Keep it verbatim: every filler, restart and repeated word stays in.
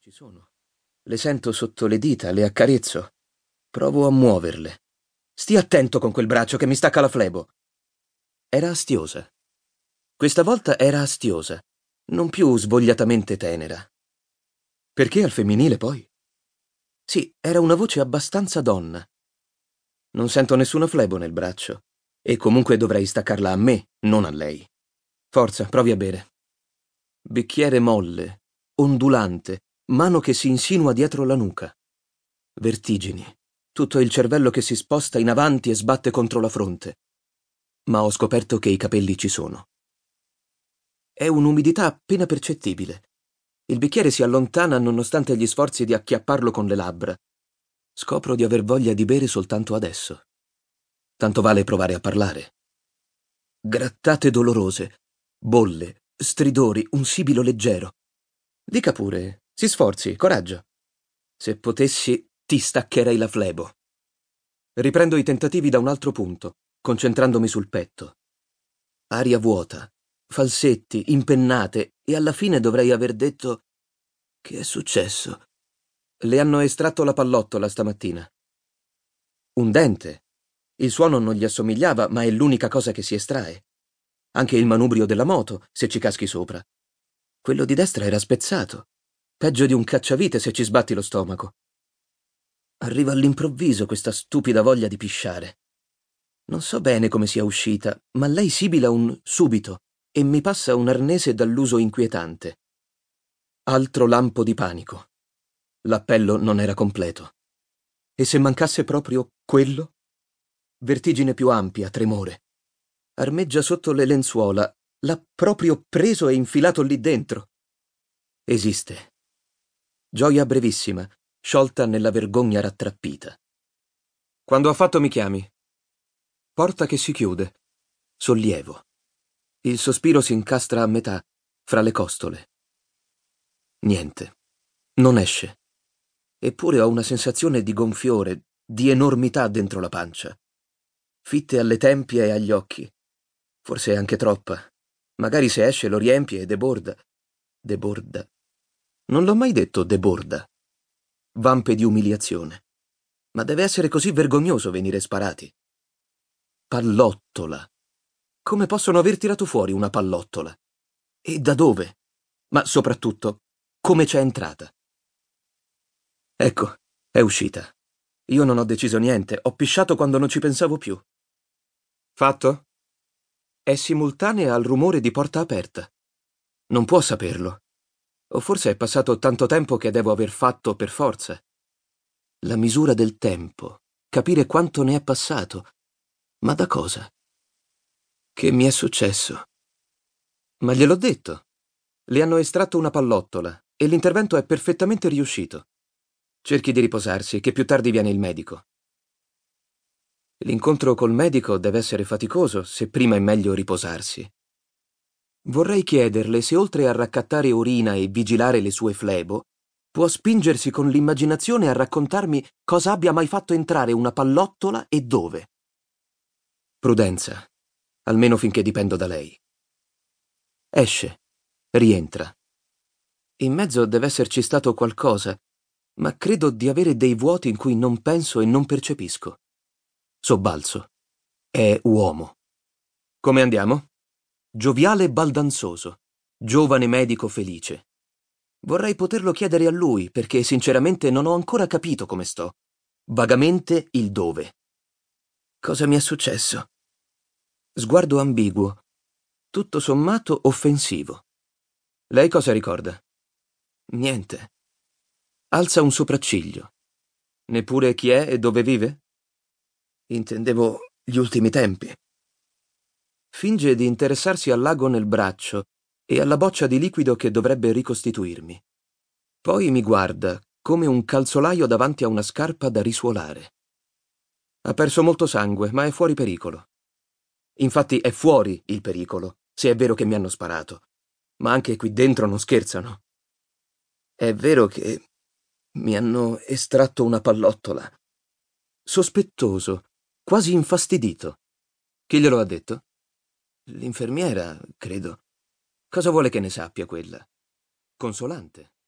ci sono. Le sento sotto le dita, le accarezzo. Provo a muoverle. Stia attento con quel braccio che mi stacca la flebo. Era astiosa. Questa volta era astiosa, non più svogliatamente tenera. Perché al femminile, poi? Sì, era una voce abbastanza donna. Non sento nessuna flebo nel braccio. E comunque dovrei staccarla a me, non a lei. Forza, provi a bere. Bicchiere molle, ondulante, mano che si insinua dietro la nuca. Vertigini, tutto il cervello che si sposta in avanti e sbatte contro la fronte. Ma ho scoperto che i capelli ci sono. È un'umidità appena percettibile. Il bicchiere si allontana nonostante gli sforzi di acchiapparlo con le labbra. Scopro di aver voglia di bere soltanto adesso. Tanto vale provare a parlare. Grattate dolorose, bolle, stridori, un sibilo leggero. Dica pure, si sforzi, coraggio. Se potessi, ti staccherei la flebo. Riprendo i tentativi da un altro punto, concentrandomi sul petto. Aria vuota, falsetti, impennate, e alla fine dovrei aver detto: che è successo? Le hanno estratto la pallottola stamattina. Un dente. Il suono non gli assomigliava, ma è l'unica cosa che si estrae. Anche il manubrio della moto, se ci caschi sopra. Quello di destra era spezzato. Peggio di un cacciavite se ci sbatti lo stomaco. Arriva all'improvviso questa stupida voglia di pisciare. Non so bene come sia uscita, ma lei sibila un subito e mi passa un arnese dall'uso inquietante. Altro lampo di panico. L'appello non era completo. E se mancasse proprio quello? Vertigine più ampia, tremore. Armeggia sotto le lenzuola. L'ha proprio preso e infilato lì dentro. Esiste. Gioia brevissima, sciolta nella vergogna rattrappita. Quando ha fatto mi chiami. Porta che si chiude. Sollievo. Il sospiro si incastra a metà, fra le costole. Niente. Non esce. Eppure ho una sensazione di gonfiore, di enormità dentro la pancia. Fitte alle tempie e agli occhi. Forse è anche troppa. Magari se esce lo riempie e deborda. Deborda. Non l'ho mai detto deborda. Vampe di umiliazione. Ma deve essere così vergognoso venire sparati. Pallottola. Come possono aver tirato fuori una pallottola? E da dove? Ma soprattutto, come c'è entrata? Ecco, è uscita. Io non ho deciso niente, ho pisciato quando non ci pensavo più. Fatto? È simultanea al rumore di porta aperta. Non può saperlo. O forse è passato tanto tempo che devo aver fatto per forza. La misura del tempo, capire quanto ne è passato. Ma da cosa? Che mi è successo? Ma gliel'ho detto. Le hanno estratto una pallottola e l'intervento è perfettamente riuscito. Cerchi di riposarsi, che più tardi viene il medico. L'incontro col medico deve essere faticoso, se prima è meglio riposarsi. Vorrei chiederle se oltre a raccattare urina e vigilare le sue flebo, può spingersi con l'immaginazione a raccontarmi cosa abbia mai fatto entrare una pallottola e dove. Prudenza, almeno finché dipendo da lei. Esce, rientra. In mezzo deve esserci stato qualcosa, ma credo di avere dei vuoti in cui non penso e non percepisco. Sobbalzo. È uomo. Come andiamo? Gioviale e baldanzoso. Giovane medico felice. Vorrei poterlo chiedere a lui, perché sinceramente non ho ancora capito come sto. Vagamente il dove. Cosa mi è successo? Sguardo ambiguo. Tutto sommato offensivo. Lei cosa ricorda? Niente. Alza un sopracciglio. Neppure chi è e dove vive? Intendevo gli ultimi tempi. Finge di interessarsi al lago nel braccio e alla boccia di liquido che dovrebbe ricostituirmi. Poi mi guarda come un calzolaio davanti a una scarpa da risuolare. Ha perso molto sangue, ma è fuori pericolo. Infatti è fuori il pericolo, se è vero che mi hanno sparato. Ma anche qui dentro non scherzano. È vero che mi hanno estratto una pallottola. Sospettoso, quasi infastidito. Chi glielo ha detto? L'infermiera, credo. Cosa vuole che ne sappia quella? Consolante.